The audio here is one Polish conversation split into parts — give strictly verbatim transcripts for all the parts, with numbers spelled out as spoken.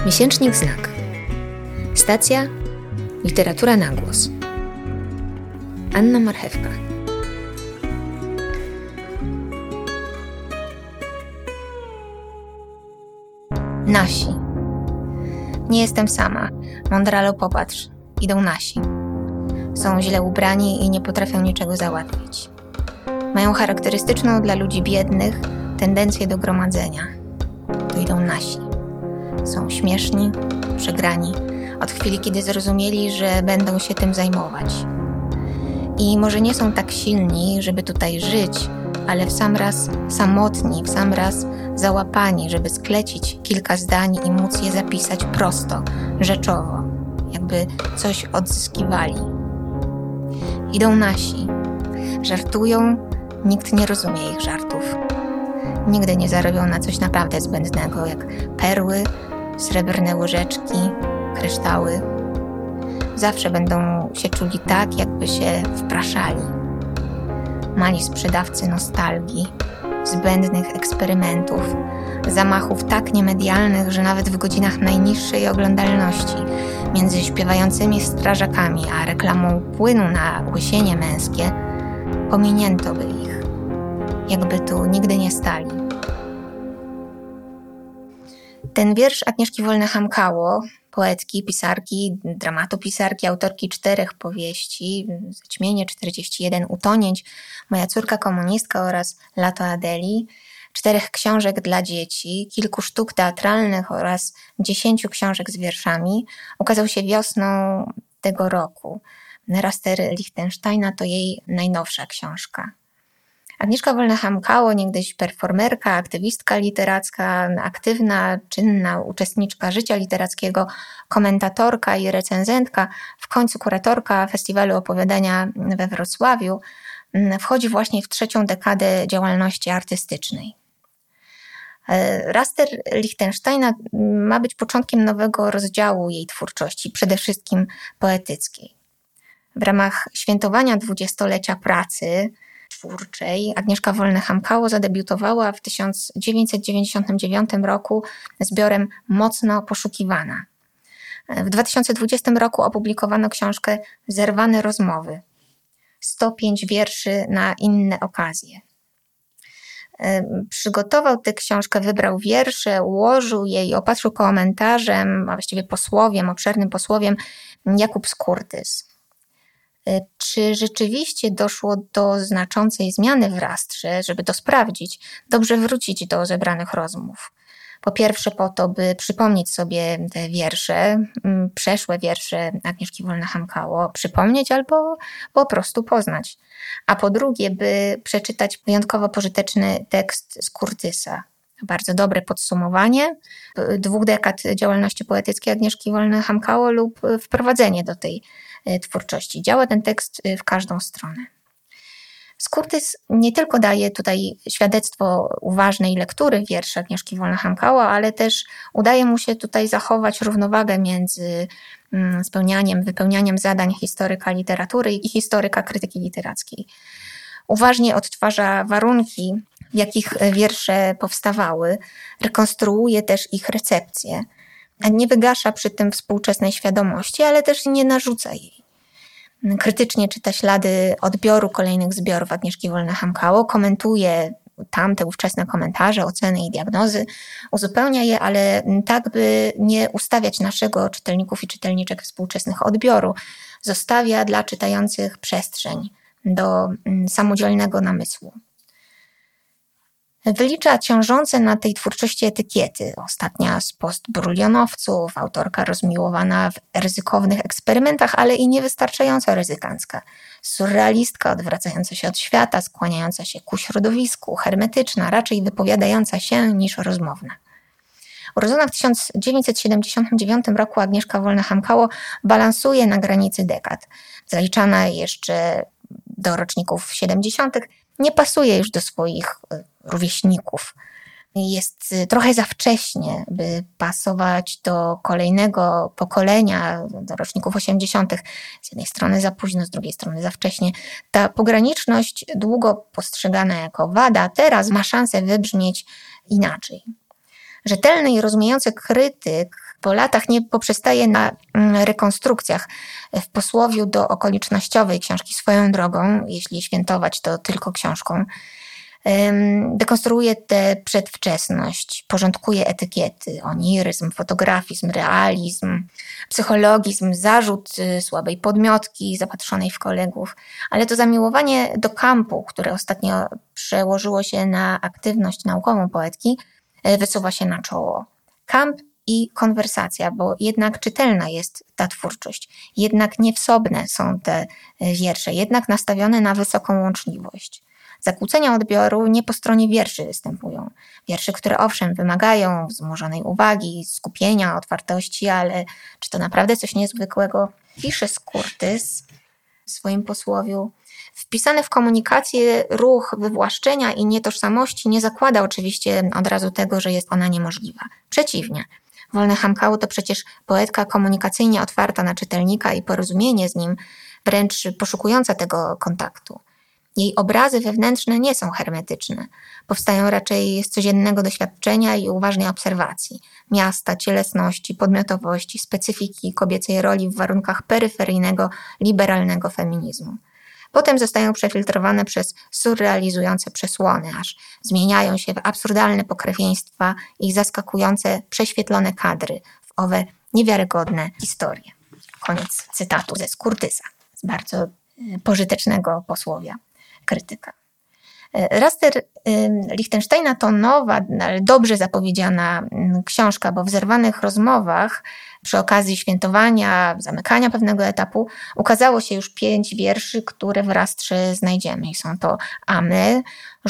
Miesięcznik Znak. Stacja Literatura na głos. Anna Marchewka. Nasi. Nie jestem sama. Mondralo, popatrz. Idą nasi. Są źle ubrani i nie potrafią niczego załatwić. Mają charakterystyczną dla ludzi biednych tendencję do gromadzenia. To idą nasi. Są śmieszni, przegrani, od chwili, kiedy zrozumieli, że będą się tym zajmować. I może nie są tak silni, żeby tutaj żyć, ale w sam raz samotni, w sam raz załapani, żeby sklecić kilka zdań i móc je zapisać prosto, rzeczowo, jakby coś odzyskiwali. Idą nasi, żartują, nikt nie rozumie ich żartów. Nigdy nie zarobią na coś naprawdę zbędnego, jak perły, srebrne łyżeczki, kryształy. Zawsze będą się czuli tak, jakby się wpraszali. Mali sprzedawcy nostalgii, zbędnych eksperymentów, zamachów tak niemedialnych, że nawet w godzinach najniższej oglądalności między śpiewającymi strażakami a reklamą płynu na łysienie męskie pominięto by ich, jakby tu nigdy nie stali. Ten wiersz Agnieszki Wolny-Hamkało, poetki, pisarki, dramatopisarki, autorki czterech powieści, Zaćmienie, czterdzieści jeden utonięć, Moja córka komunistka oraz Lato Adeli, czterech książek dla dzieci, kilku sztuk teatralnych oraz dziesięciu książek z wierszami, ukazał się wiosną tego roku. Raster Lichtensteina to jej najnowsza książka. Agnieszka Wolna-Hamkało, niegdyś performerka, aktywistka literacka, aktywna, czynna uczestniczka życia literackiego, komentatorka i recenzentka, w końcu kuratorka Festiwalu Opowiadania we Wrocławiu, wchodzi właśnie w trzecią dekadę działalności artystycznej. Raster Lichtensteina ma być początkiem nowego rozdziału jej twórczości, przede wszystkim poetyckiej. W ramach świętowania dwudziestolecia pracy twórczej Agnieszka Wolna-Hamkało zadebiutowała w tysiąc dziewięćset dziewięćdziesiątym dziewiątym roku zbiorem Mocno poszukiwana. W dwa tysiące dwudziestym roku opublikowano książkę Zerwane rozmowy. sto pięć wierszy na inne okazje. Przygotował tę książkę, wybrał wiersze, ułożył je i opatrzył komentarzem, a właściwie posłowiem, obszernym posłowiem Jakub Skurtys. Czy rzeczywiście doszło do znaczącej zmiany w rastrze? Żeby to sprawdzić, dobrze wrócić do zebranych rozmów. Po pierwsze po to, by przypomnieć sobie te wiersze, przeszłe wiersze Agnieszki Wolna-Hamkało, przypomnieć albo po prostu poznać. A po drugie, by przeczytać wyjątkowo pożyteczny tekst Skurtysa. Bardzo dobre podsumowanie dwóch dekad działalności poetyckiej Agnieszki Wolny-Hamkało lub wprowadzenie do tej twórczości. Działa ten tekst w każdą stronę. Skurtys nie tylko daje tutaj świadectwo uważnej lektury wierszy Agnieszki Wolny-Hamkało, ale też udaje mu się tutaj zachować równowagę między spełnianiem, wypełnianiem zadań historyka literatury i historyka krytyki literackiej. Uważnie odtwarza warunki, w jakich wiersze powstawały, rekonstruuje też ich recepcję, a nie wygasza przy tym współczesnej świadomości, ale też nie narzuca jej. Krytycznie czyta ślady odbioru kolejnych zbiorów Agnieszki Wolny-Hamkało, komentuje tamte ówczesne komentarze, oceny i diagnozy, uzupełnia je, ale tak, by nie ustawiać naszego czytelników i czytelniczek współczesnych odbioru, zostawia dla czytających przestrzeń do samodzielnego namysłu. Wylicza ciążące na tej twórczości etykiety. Ostatnia z postbrulionowców, autorka rozmiłowana w ryzykownych eksperymentach, ale i niewystarczająco ryzykancka. Surrealistka odwracająca się od świata, skłaniająca się ku środowisku, hermetyczna, raczej wypowiadająca się niż rozmowna. Urodzona w tysiąc dziewięćset siedemdziesiątym dziewiątym roku Agnieszka Wolna-Hamkało balansuje na granicy dekad. Zaliczana jeszcze do roczników siedemdziesiątych, nie pasuje już do swoich rówieśników. Jest trochę za wcześnie, by pasować do kolejnego pokolenia, do roczników osiemdziesiątych. Z jednej strony za późno, z drugiej strony za wcześnie. Ta pograniczność, długo postrzegana jako wada, teraz ma szansę wybrzmieć inaczej. Rzetelny i rozumiejący krytyk Po latach nie poprzestaje na rekonstrukcjach w posłowiu do okolicznościowej książki swoją drogą, jeśli świętować to tylko książką. Dekonstruuje tę przedwczesność, porządkuje etykiety, oniryzm, fotografizm, realizm, psychologizm, zarzut słabej podmiotki zapatrzonej w kolegów, ale to zamiłowanie do kampu, które ostatnio przełożyło się na aktywność naukową poetki, wysuwa się na czoło. Kamp i konwersacja, bo jednak czytelna jest ta twórczość, jednak niewsobne są te wiersze, jednak nastawione na wysoką łączliwość. Zakłócenia odbioru nie po stronie wierszy występują. Wierszy, które owszem wymagają wzmożonej uwagi, skupienia, otwartości, ale czy to naprawdę coś niezwykłego? Pisze Skurtys w swoim posłowiu. Wpisany w komunikację ruch wywłaszczenia i nietożsamości nie zakłada oczywiście od razu tego, że jest ona niemożliwa. Przeciwnie. Wolne Hamkał to przecież poetka komunikacyjnie otwarta na czytelnika i porozumienie z nim, wręcz poszukująca tego kontaktu. Jej obrazy wewnętrzne nie są hermetyczne. Powstają raczej z codziennego doświadczenia i uważnej obserwacji. Miasta, cielesności, podmiotowości, specyfiki kobiecej roli w warunkach peryferyjnego, liberalnego feminizmu. Potem zostają przefiltrowane przez surrealizujące przesłony, aż zmieniają się w absurdalne pokrewieństwa i zaskakujące, prześwietlone kadry w owe niewiarygodne historie. Koniec cytatu ze Skurtysa, z bardzo pożytecznego posłowia krytyka. Raster Lichtensteina to nowa, ale dobrze zapowiedziana książka, bo w zerwanych rozmowach przy okazji świętowania, zamykania pewnego etapu ukazało się już pięć wierszy, które w Rastrze znajdziemy. I są to Amy,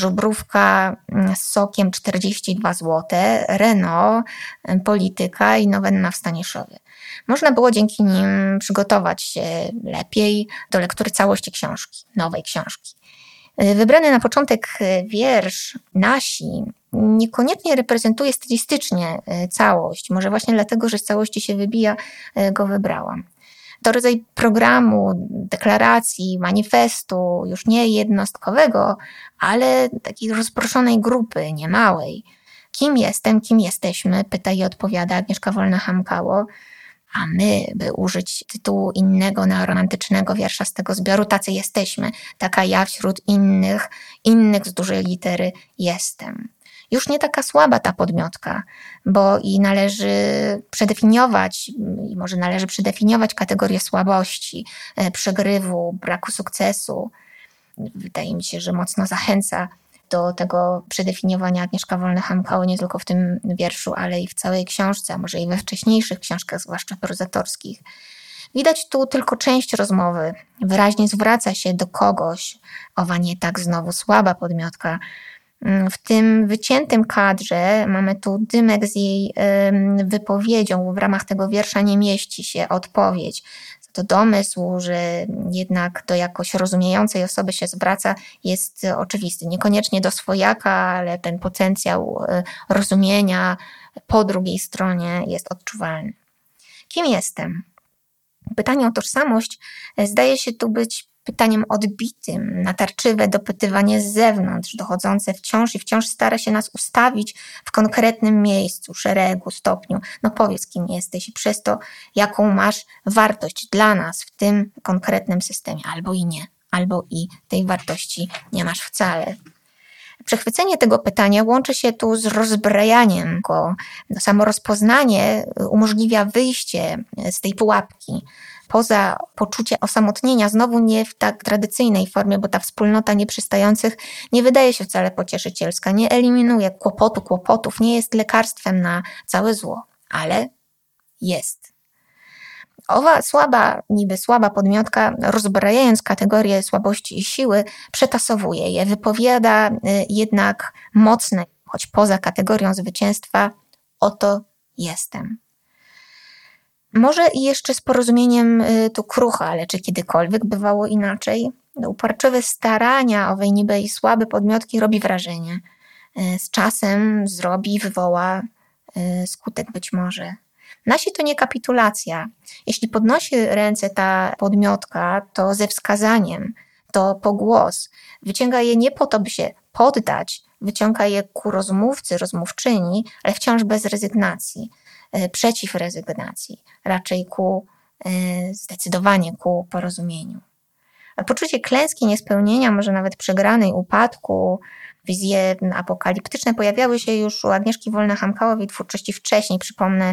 Żubrówka z sokiem czterdzieści dwa złote, Renault, Polityka i Nowenna w Staniszowie. Można było dzięki nim przygotować się lepiej do lektury całości książki, nowej książki. Wybrany na początek wiersz Nasi niekoniecznie reprezentuje stylistycznie całość. Może właśnie dlatego, że z całości się wybija, go wybrałam. To rodzaj programu, deklaracji, manifestu, już nie jednostkowego, ale takiej rozproszonej grupy, niemałej. Kim jestem, kim jesteśmy, pyta i odpowiada Agnieszka Wolna-Hamkało. A my, by użyć tytułu innego neoromantycznego wiersza z tego zbioru, tacy jesteśmy, taka ja wśród innych, innych z dużej litery jestem. Już nie taka słaba ta podmiotka, bo i należy przedefiniować, i może należy przedefiniować kategorię słabości, przegrywu, braku sukcesu. Wydaje mi się, że mocno zachęca do tego przedefiniowania Agnieszka Wolna-Hamkało nie tylko w tym wierszu, ale i w całej książce, a może i we wcześniejszych książkach, zwłaszcza prozatorskich. Widać tu tylko część rozmowy. Wyraźnie zwraca się do kogoś, owa nie tak znowu słaba podmiotka. W tym wyciętym kadrze mamy tu dymek z jej wypowiedzią. W ramach tego wiersza nie mieści się odpowiedź. To domysł, że jednak do jakoś rozumiejącej osoby się zwraca, jest oczywisty. Niekoniecznie do swojaka, ale ten potencjał rozumienia po drugiej stronie jest odczuwalny. Kim jestem? Pytanie o tożsamość zdaje się tu być pytaniem odbitym, natarczywe dopytywanie z zewnątrz, dochodzące wciąż i wciąż stara się nas ustawić w konkretnym miejscu, szeregu, stopniu. No powiedz, kim jesteś i przez to, jaką masz wartość dla nas w tym konkretnym systemie. Albo i nie, albo i tej wartości nie masz wcale. Przechwycenie tego pytania łączy się tu z rozbrajaniem go. Samo rozpoznanie umożliwia wyjście z tej pułapki. Poza poczucie osamotnienia, znowu nie w tak tradycyjnej formie, bo ta wspólnota nieprzystających nie wydaje się wcale pocieszycielska, nie eliminuje kłopotu, kłopotów, nie jest lekarstwem na całe zło, ale jest. Owa słaba, niby słaba podmiotka, rozbrajając kategorie słabości i siły, przetasowuje je, wypowiada jednak mocne, choć poza kategorią zwycięstwa, oto jestem. Może i jeszcze z porozumieniem tu krucha, ale czy kiedykolwiek bywało inaczej? Uporczywe starania owej niby i słabe podmiotki robi wrażenie. Z czasem zrobi, wywoła skutek być może. Nasi to nie kapitulacja. Jeśli podnosi ręce ta podmiotka, to ze wskazaniem, to po głos. Wyciąga je nie po to, by się poddać, wyciąga je ku rozmówcy, rozmówczyni, ale wciąż bez rezygnacji. przeciw rezygnacji, raczej ku, zdecydowanie ku porozumieniu. Poczucie klęski, niespełnienia, może nawet przegranej, upadku, wizje apokaliptyczne pojawiały się już u Agnieszki Wolny-Hamkało w jej twórczości wcześniej. Przypomnę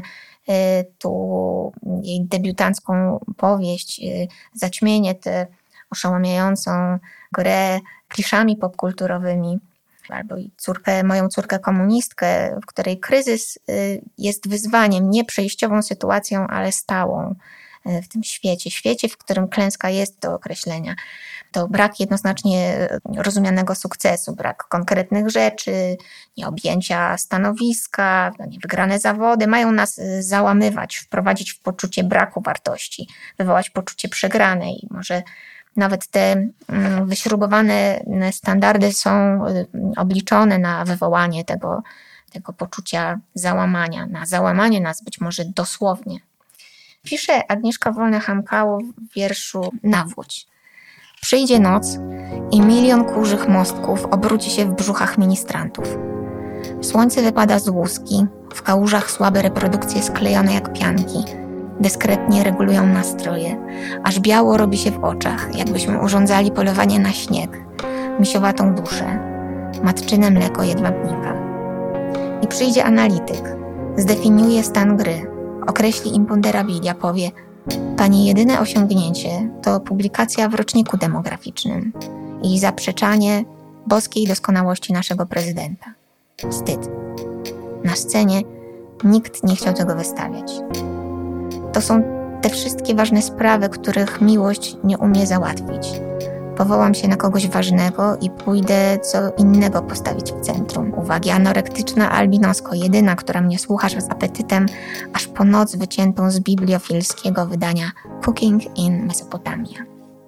tu jej debiutancką powieść Zaćmienie, tę oszałamiającą grę kliszami popkulturowymi, albo i córkę, moją córkę komunistkę, w której kryzys jest wyzwaniem, nie przejściową sytuacją, ale stałą w tym świecie. Świecie, w którym klęska jest do określenia. To brak jednoznacznie rozumianego sukcesu, brak konkretnych rzeczy, nieobjęcia stanowiska, niewygrane zawody mają nas załamywać, wprowadzić w poczucie braku wartości, wywołać poczucie przegranej. Może nawet te wyśrubowane standardy są obliczone na wywołanie tego, tego poczucia załamania, na załamanie nas być może dosłownie. Pisze Agnieszka Wolny-Hamkało w wierszu Nawłódź. Przyjdzie noc i milion kurzych mostków obróci się w brzuchach ministrantów. Słońce wypada z łuski, w kałużach słabe reprodukcje sklejone jak pianki. Dyskretnie regulują nastroje, aż biało robi się w oczach, jakbyśmy urządzali polowanie na śnieg, misiowatą duszę, matczyne mleko jedwabnika. I przyjdzie analityk, zdefiniuje stan gry, określi imponderabilia, powie: pani jedyne osiągnięcie to publikacja w roczniku demograficznym i zaprzeczanie boskiej doskonałości naszego prezydenta. Wstyd. Na scenie nikt nie chciał tego wystawiać. To są te wszystkie ważne sprawy, których miłość nie umie załatwić. Powołam się na kogoś ważnego i pójdę co innego postawić w centrum. Uwagi, anorektyczna albinosko, jedyna, która mnie słuchasz z apetytem, aż po noc wyciętą z bibliofilskiego wydania Cooking in Mesopotamia.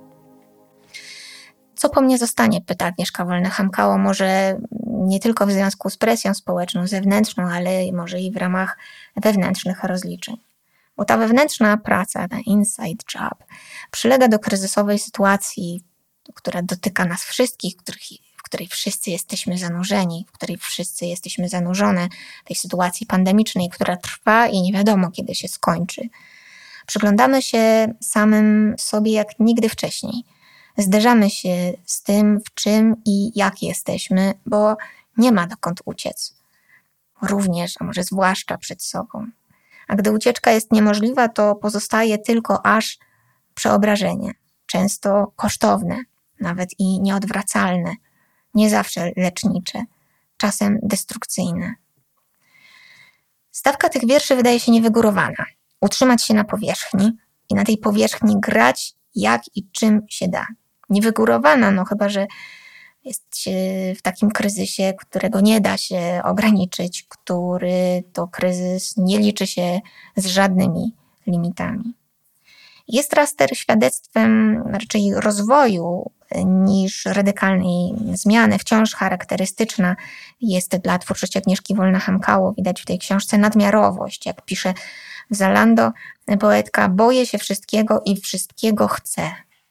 Co po mnie zostanie, pyta Agnieszka Wolny-Hamkało, może nie tylko w związku z presją społeczną, zewnętrzną, ale może i w ramach wewnętrznych rozliczeń. Bo ta wewnętrzna praca, ta inside job, przylega do kryzysowej sytuacji, która dotyka nas wszystkich, w, których, w której wszyscy jesteśmy zanurzeni, w której wszyscy jesteśmy zanurzone, tej sytuacji pandemicznej, która trwa i nie wiadomo, kiedy się skończy. Przyglądamy się samym sobie jak nigdy wcześniej. Zderzamy się z tym, w czym i jak jesteśmy, bo nie ma dokąd uciec. Również, a może zwłaszcza przed sobą. A gdy ucieczka jest niemożliwa, to pozostaje tylko aż przeobrażenie, często kosztowne, nawet i nieodwracalne, nie zawsze lecznicze, czasem destrukcyjne. Stawka tych wierszy wydaje się niewygórowana. Utrzymać się na powierzchni i na tej powierzchni grać jak i czym się da. Niewygórowana, no chyba że jest się w takim kryzysie, którego nie da się ograniczyć, który to kryzys nie liczy się z żadnymi limitami. Jest Raster świadectwem raczej rozwoju niż radykalnej zmiany. Wciąż charakterystyczna jest dla twórczości Agnieszki Wolny-Hamkało. Widać w tej książce nadmiarowość. Jak pisze w Zalando poetka, boję się wszystkiego i wszystkiego chcę.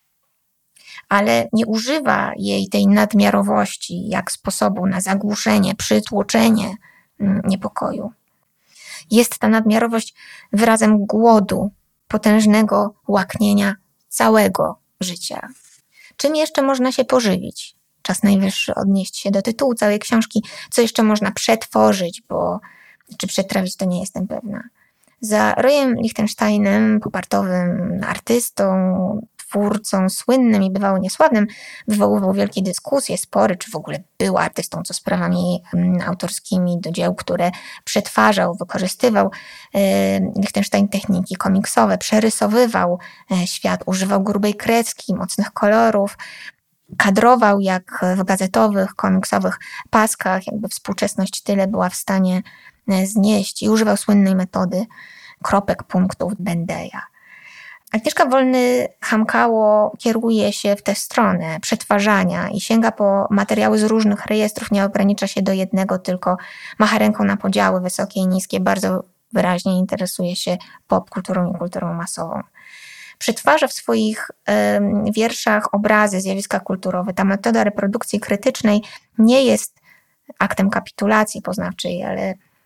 Ale nie używa jej tej nadmiarowości jak sposobu na zagłuszenie, przytłoczenie niepokoju. Jest ta nadmiarowość wyrazem głodu, potężnego łaknienia całego życia. Czym jeszcze można się pożywić? Czas najwyższy odnieść się do tytułu całej książki. Co jeszcze można przetworzyć, bo czy przetrawić, to nie jestem pewna. Za Royem Lichtensteinem, popartowym artystą, twórcą słynnym i bywało niesławnym, wywoływał wielkie dyskusje, spory, czy w ogóle był artystą, co sprawami autorskimi do dzieł, które przetwarzał, wykorzystywał. Lichtenstein techniki komiksowe, przerysowywał świat, używał grubej kredki, mocnych kolorów, kadrował jak w gazetowych, komiksowych paskach, jakby współczesność tyle była w stanie znieść i używał słynnej metody kropek, punktów Bendeya. Agnieszka Wolny-Hamkało kieruje się w tę stronę przetwarzania i sięga po materiały z różnych rejestrów, nie ogranicza się do jednego, tylko macha ręką na podziały wysokie i niskie, bardzo wyraźnie interesuje się popkulturą i kulturą masową. Przetwarza w swoich y, wierszach obrazy, zjawiska kulturowe. Ta metoda reprodukcji krytycznej nie jest aktem kapitulacji poznawczej, ale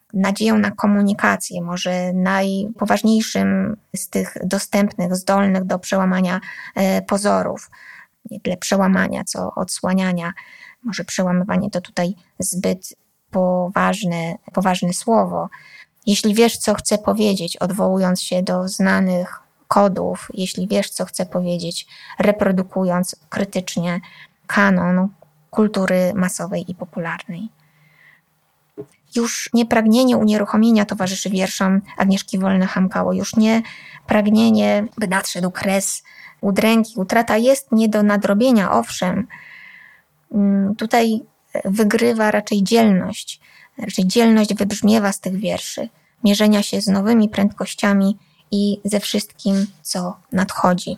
nadzieją na komunikację, może najpoważniejszym z tych dostępnych, zdolnych do przełamania pozorów. Nie tyle przełamania, co odsłaniania. Może przełamywanie to tutaj zbyt poważne, poważne słowo. Jeśli wiesz, co chcę powiedzieć, odwołując się do znanych kodów, jeśli wiesz, co chcę powiedzieć, reprodukując krytycznie kanon kultury masowej i popularnej. Już nie pragnienie unieruchomienia towarzyszy wierszom Agnieszki Wolny-Hamkało, już nie pragnienie, by nadszedł kres udręki. Utrata jest nie do nadrobienia, owszem. Tutaj wygrywa raczej dzielność. Raczej dzielność wybrzmiewa z tych wierszy, mierzenia się z nowymi prędkościami i ze wszystkim, co nadchodzi.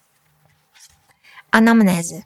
Anamnezy.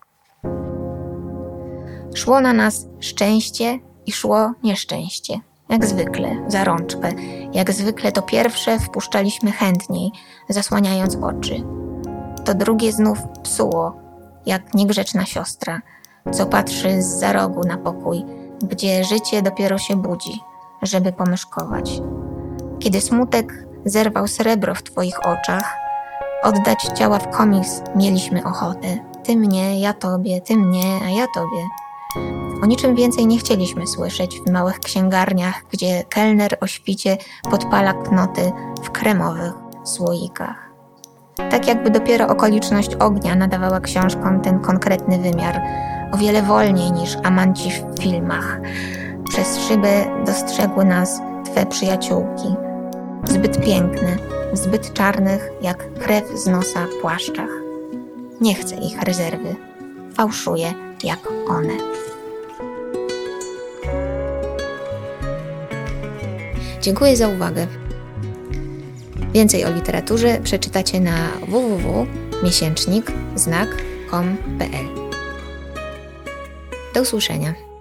Szło na nas szczęście i szło nieszczęście. Jak zwykle, za rączkę. Jak zwykle to pierwsze wpuszczaliśmy chętniej, zasłaniając oczy. To drugie znów psuło, jak niegrzeczna siostra, co patrzy zza rogu na pokój, gdzie życie dopiero się budzi, żeby pomyszkować. Kiedy smutek zerwał srebro w twoich oczach, oddać ciała w komiks mieliśmy ochotę. Ty mnie, ja tobie, ty mnie, a ja tobie. O niczym więcej nie chcieliśmy słyszeć w małych księgarniach, gdzie kelner o świcie podpala knoty w kremowych słoikach. Tak jakby dopiero okoliczność ognia nadawała książkom ten konkretny wymiar, o wiele wolniej niż amanci w filmach. Przez szybę dostrzegły nas twe przyjaciółki, zbyt piękne, w zbyt czarnych jak krew z nosa płaszczach. Nie chcę ich rezerwy, fałszuję jak one. Dziękuję za uwagę. Więcej o literaturze przeczytacie na w w w kropka miesięcznik znak kropka com kropka p l. Do usłyszenia.